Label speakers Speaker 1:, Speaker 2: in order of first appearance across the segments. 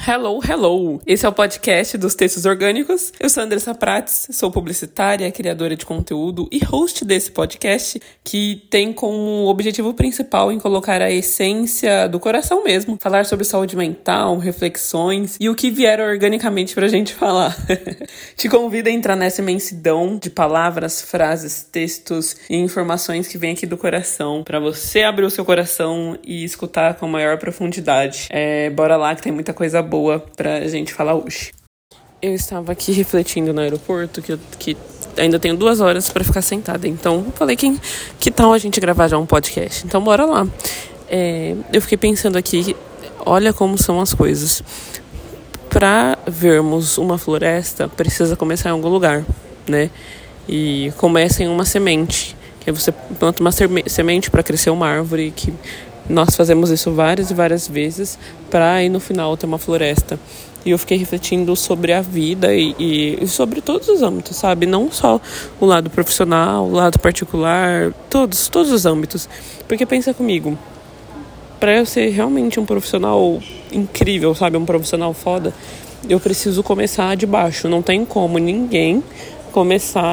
Speaker 1: Hello, hello! Esse é o podcast dos Textos Orgânicos. Eu sou Andressa Prates, sou publicitária, criadora de conteúdo e host desse podcast, que tem como objetivo principal em colocar a essência do coração mesmo, falar sobre saúde mental, reflexões e o que vier organicamente pra gente falar. Te convido a entrar nessa imensidão de palavras, frases, textos e informações que vem aqui do coração, pra você abrir o seu coração e escutar com maior profundidade. Bora lá que tem muita coisa boa pra gente falar hoje. Eu estava aqui refletindo no aeroporto que ainda tenho 2 horas pra ficar sentada, então falei que tal a gente gravar já um podcast? Então bora lá. Eu fiquei pensando aqui, olha como são as coisas. Pra vermos uma floresta, precisa começar em algum lugar, né? E começa em uma semente, que você planta uma semente para crescer uma árvore, que nós fazemos isso várias e várias vezes para aí no final ter uma floresta. E eu fiquei refletindo sobre a vida e sobre todos os âmbitos, sabe? Não só o lado profissional, o lado particular, todos os âmbitos. Porque pensa comigo, para eu ser realmente um profissional incrível, sabe? Um profissional foda, eu preciso começar de baixo. Não tem como ninguém começar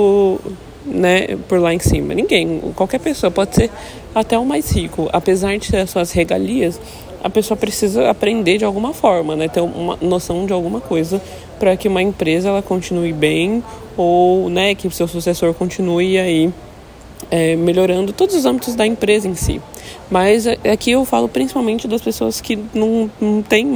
Speaker 1: por lá em cima. Ninguém, qualquer pessoa, pode ser até o mais rico. Apesar de ter as suas regalias, a pessoa precisa aprender de alguma forma, né? Ter uma noção de alguma coisa para que uma empresa ela continue bem ou, né, que o seu sucessor continue aí melhorando todos os âmbitos da empresa em si. Mas aqui eu falo principalmente das pessoas que não tem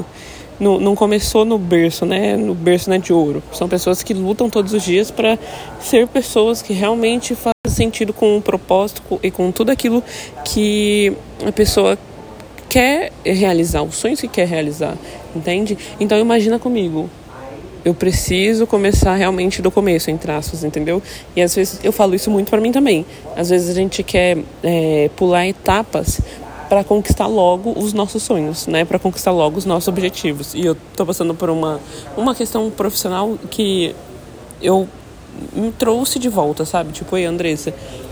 Speaker 1: não começou no berço, né? No berço, né, de ouro. São pessoas que lutam todos os dias para ser pessoas que realmente fazem sentido com o propósito e com tudo aquilo que a pessoa quer realizar, os sonhos que quer realizar, entende? Então imagina comigo, eu preciso começar realmente do começo, entre aspas, entendeu? E às vezes eu falo isso muito para mim também. Às vezes a gente quer pular etapas para conquistar logo os nossos sonhos, né? Para conquistar logo os nossos objetivos. E eu tô passando por uma questão profissional que eu me trouxe de volta, sabe? Tipo, ei, Andressa,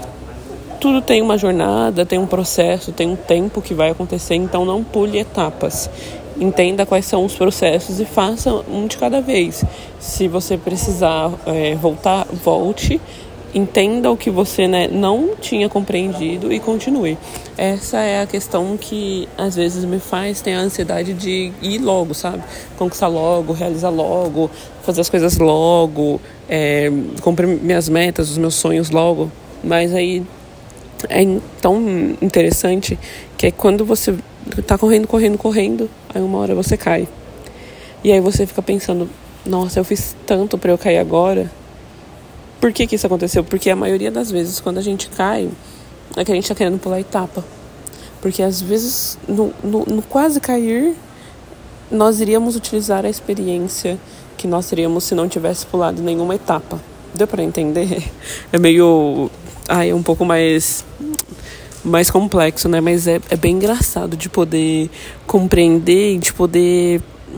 Speaker 1: tudo tem uma jornada, tem um processo, tem um tempo que vai acontecer, então não pule etapas. Entenda quais são os processos e faça um de cada vez. Se você precisar voltar, volte. Entenda o que você, né, não tinha compreendido e continue. Essa é a questão que às vezes me faz ter a ansiedade de ir logo, sabe? Conquistar logo, realizar logo, fazer as coisas logo, cumprir minhas metas, os meus sonhos logo. Mas aí é tão interessante que é quando você tá correndo, aí uma hora você cai. E aí você fica pensando, nossa, eu fiz tanto pra eu cair agora. Por que isso aconteceu? Porque a maioria das vezes, quando a gente cai, é que a gente tá querendo pular etapa. Porque às vezes, no quase cair, nós iríamos utilizar a experiência que nós teríamos se não tivesse pulado nenhuma etapa. Deu pra entender? É meio... é um pouco mais complexo, né? Mas é bem engraçado de poder compreender e de poder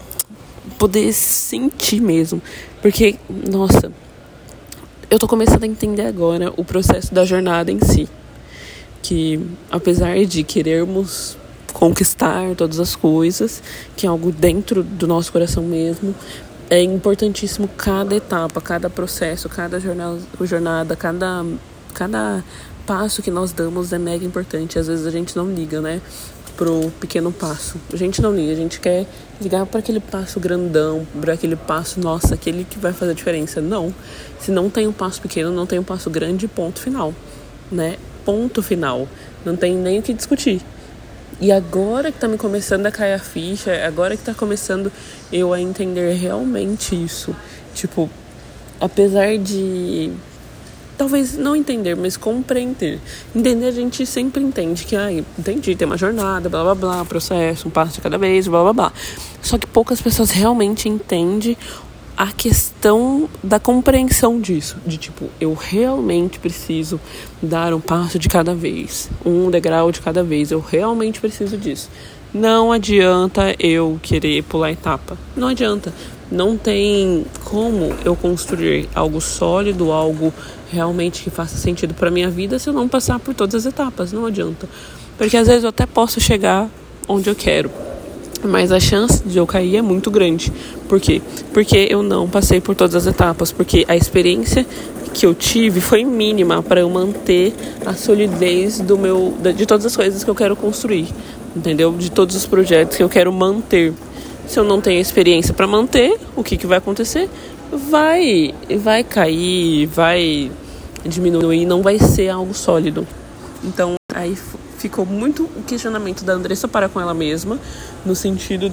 Speaker 1: sentir mesmo. Porque, nossa, eu tô começando a entender agora o processo da jornada em si. Que, apesar de querermos conquistar todas as coisas, que é algo dentro do nosso coração mesmo, é importantíssimo cada etapa, cada processo, cada jornada, cada passo que nós damos é mega importante. Às vezes a gente não liga, né, pro pequeno passo. A gente não liga, a gente quer ligar para aquele passo grandão, para aquele passo, nossa, aquele que vai fazer a diferença. Não. Se não tem um passo pequeno, não tem um passo grande, ponto final, né? Ponto final. Não tem nem o que discutir. E agora que tá me começando a cair a ficha, agora que tá começando eu a entender realmente isso. Tipo, apesar de... talvez não entender, mas compreender. Entender a gente sempre entende que, entendi, tem uma jornada, blá blá blá, processo, um passo de cada vez, blá blá blá. Só que poucas pessoas realmente entendem a questão da compreensão disso. De tipo, eu realmente preciso dar um passo de cada vez, um degrau de cada vez. Eu realmente preciso disso. Não adianta eu querer pular etapa. Não adianta. Não tem como eu construir algo sólido, algo realmente que faça sentido para minha vida se eu não passar por todas as etapas. Não adianta. Porque às vezes eu até posso chegar onde eu quero, mas a chance de eu cair é muito grande. Por quê? Porque eu não passei por todas as etapas, porque a experiência que eu tive foi mínima para eu manter a solidez de todas as coisas que eu quero construir, entendeu? De todos os projetos que eu quero manter. Se eu não tenho experiência para manter, o que vai acontecer? Vai cair, vai diminuir, não vai ser algo sólido. Então, aí ficou muito o questionamento da Andressa para com ela mesma, no sentido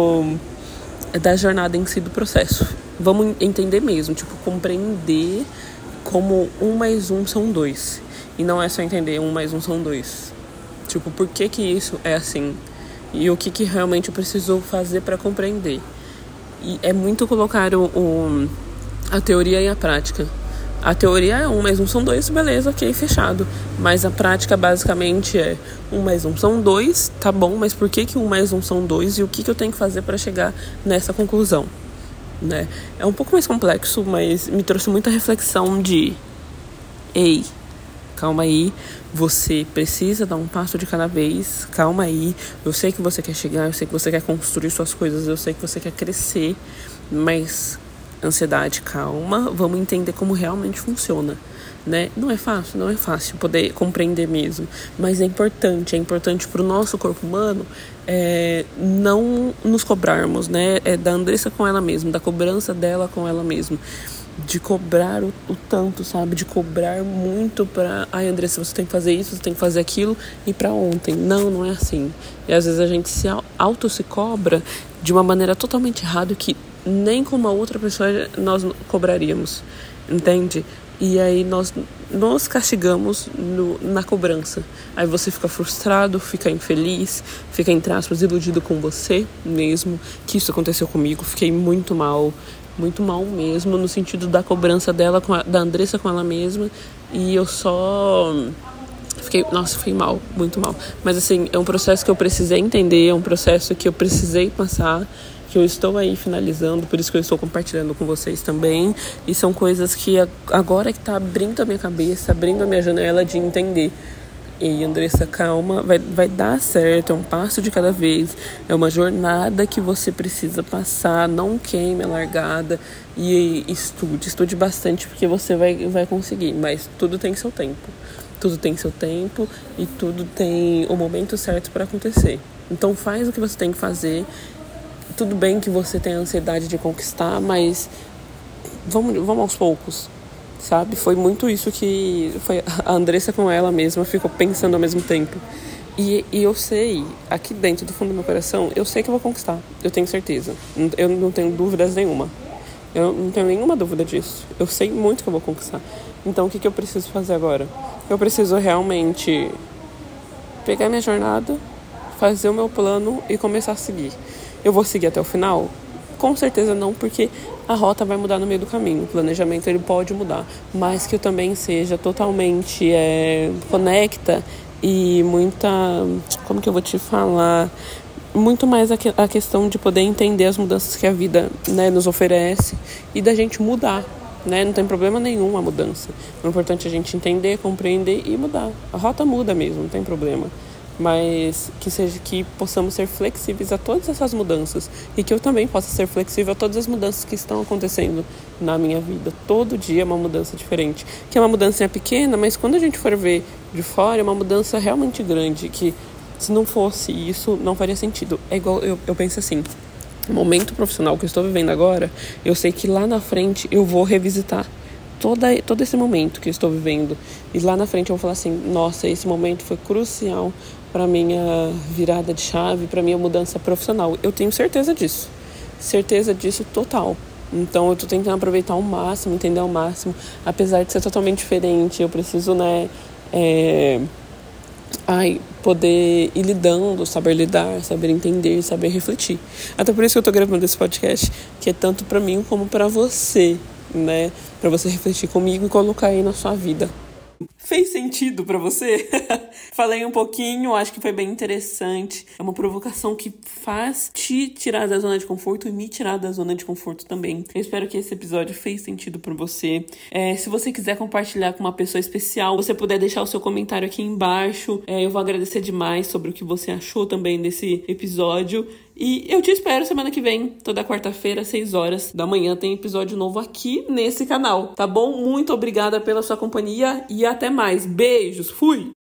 Speaker 1: da jornada em si, do processo. Vamos entender mesmo, compreender como 1 mais 1 são 2. E não é só entender 1 mais 1 são 2. Por que isso é assim? E o que realmente eu preciso fazer para compreender? E é muito colocar a teoria e a prática. A teoria é 1 mais 1 são 2, beleza, ok, fechado. Mas a prática basicamente é 1 mais 1 são 2, tá bom, mas por que 1 mais 1 são 2 e o que eu tenho que fazer para chegar nessa conclusão? Né? É um pouco mais complexo, mas me trouxe muita reflexão de: ei, calma aí, você precisa dar um passo de cada vez, calma aí, eu sei que você quer chegar, eu sei que você quer construir suas coisas, eu sei que você quer crescer, mas ansiedade, calma, vamos entender como realmente funciona, né? Não é fácil poder compreender mesmo, mas é importante para o nosso corpo humano não nos cobrarmos, né? É da Andressa com ela mesma, da cobrança dela com ela mesma, de cobrar o tanto, sabe? De cobrar muito pra... Ai, Andressa, você tem que fazer isso, você tem que fazer aquilo, e pra ontem. Não é assim. E às vezes a gente se cobra de uma maneira totalmente errada, que nem com uma outra pessoa nós cobraríamos, entende? E aí nós nos castigamos na cobrança. Aí você fica frustrado, fica infeliz, fica, entre aspas, iludido com você mesmo, que isso aconteceu comigo. Fiquei muito mal mesmo, no sentido da cobrança dela, da Andressa com ela mesma. E eu só... fiquei mal, muito mal. Mas assim, é um processo que eu precisei entender, é um processo que eu precisei passar, que eu estou aí finalizando, por isso que eu estou compartilhando com vocês também. E são coisas que agora que está abrindo a minha cabeça, abrindo a minha janela de entender. E Andressa, calma, vai dar certo, é um passo de cada vez, é uma jornada que você precisa passar, não queime a largada e estude bastante, porque você vai conseguir, mas tudo tem seu tempo. Tudo tem seu tempo e tudo tem o momento certo para acontecer. Então faz o que você tem que fazer. Tudo bem que você tem a ansiedade de conquistar, mas vamos aos poucos, sabe? Foi muito isso que foi a Andressa com ela mesma, ficou pensando ao mesmo tempo. E eu sei, aqui dentro do fundo do meu coração, eu sei que eu vou conquistar, eu tenho certeza. Eu não tenho dúvidas nenhuma. Eu não tenho nenhuma dúvida disso. Eu sei muito que eu vou conquistar. Então o que eu preciso fazer agora? Eu preciso realmente pegar minha jornada, fazer o meu plano e começar a seguir. Eu vou seguir até o final? Com certeza não, porque a rota vai mudar no meio do caminho. O planejamento ele pode mudar, mas que eu também seja totalmente conecta e muita... Como que eu vou te falar? Muito mais a questão de poder entender as mudanças que a vida, né, nos oferece e da gente mudar, né? Não tem problema nenhum a mudança. O importante é a gente entender, compreender e mudar. A rota muda mesmo, não tem problema. Mas que possamos ser flexíveis a todas essas mudanças e que eu também possa ser flexível a todas as mudanças que estão acontecendo na minha vida. Todo dia é uma mudança diferente, que é uma mudança pequena, mas quando a gente for ver de fora é uma mudança realmente grande, que se não fosse isso não faria sentido. É igual, eu penso assim, o momento profissional que eu estou vivendo agora, eu sei que lá na frente eu vou revisitar todo esse momento que eu estou vivendo, e lá na frente eu vou falar assim: nossa, esse momento foi crucial para minha virada de chave, para minha mudança profissional. Eu tenho certeza disso total. Então eu tô tentando aproveitar ao máximo, entender ao máximo, apesar de ser totalmente diferente. Eu preciso, né, poder ir lidando, saber lidar, saber entender, saber refletir. Até por isso que eu tô gravando esse podcast, que é tanto para mim como para você, né, para você refletir comigo e colocar aí na sua vida. Fez sentido pra você? Falei um pouquinho, acho que foi bem interessante. É uma provocação que faz te tirar da zona de conforto e me tirar da zona de conforto também. Eu espero que esse episódio fez sentido pra você. Se você quiser compartilhar com uma pessoa especial, você puder deixar o seu comentário aqui embaixo. Eu vou agradecer demais sobre o que você achou também desse episódio. E eu te espero semana que vem, toda quarta-feira, 6 horas da manhã, tem episódio novo aqui nesse canal, tá bom? Muito obrigada pela sua companhia e até mais. Beijos, fui!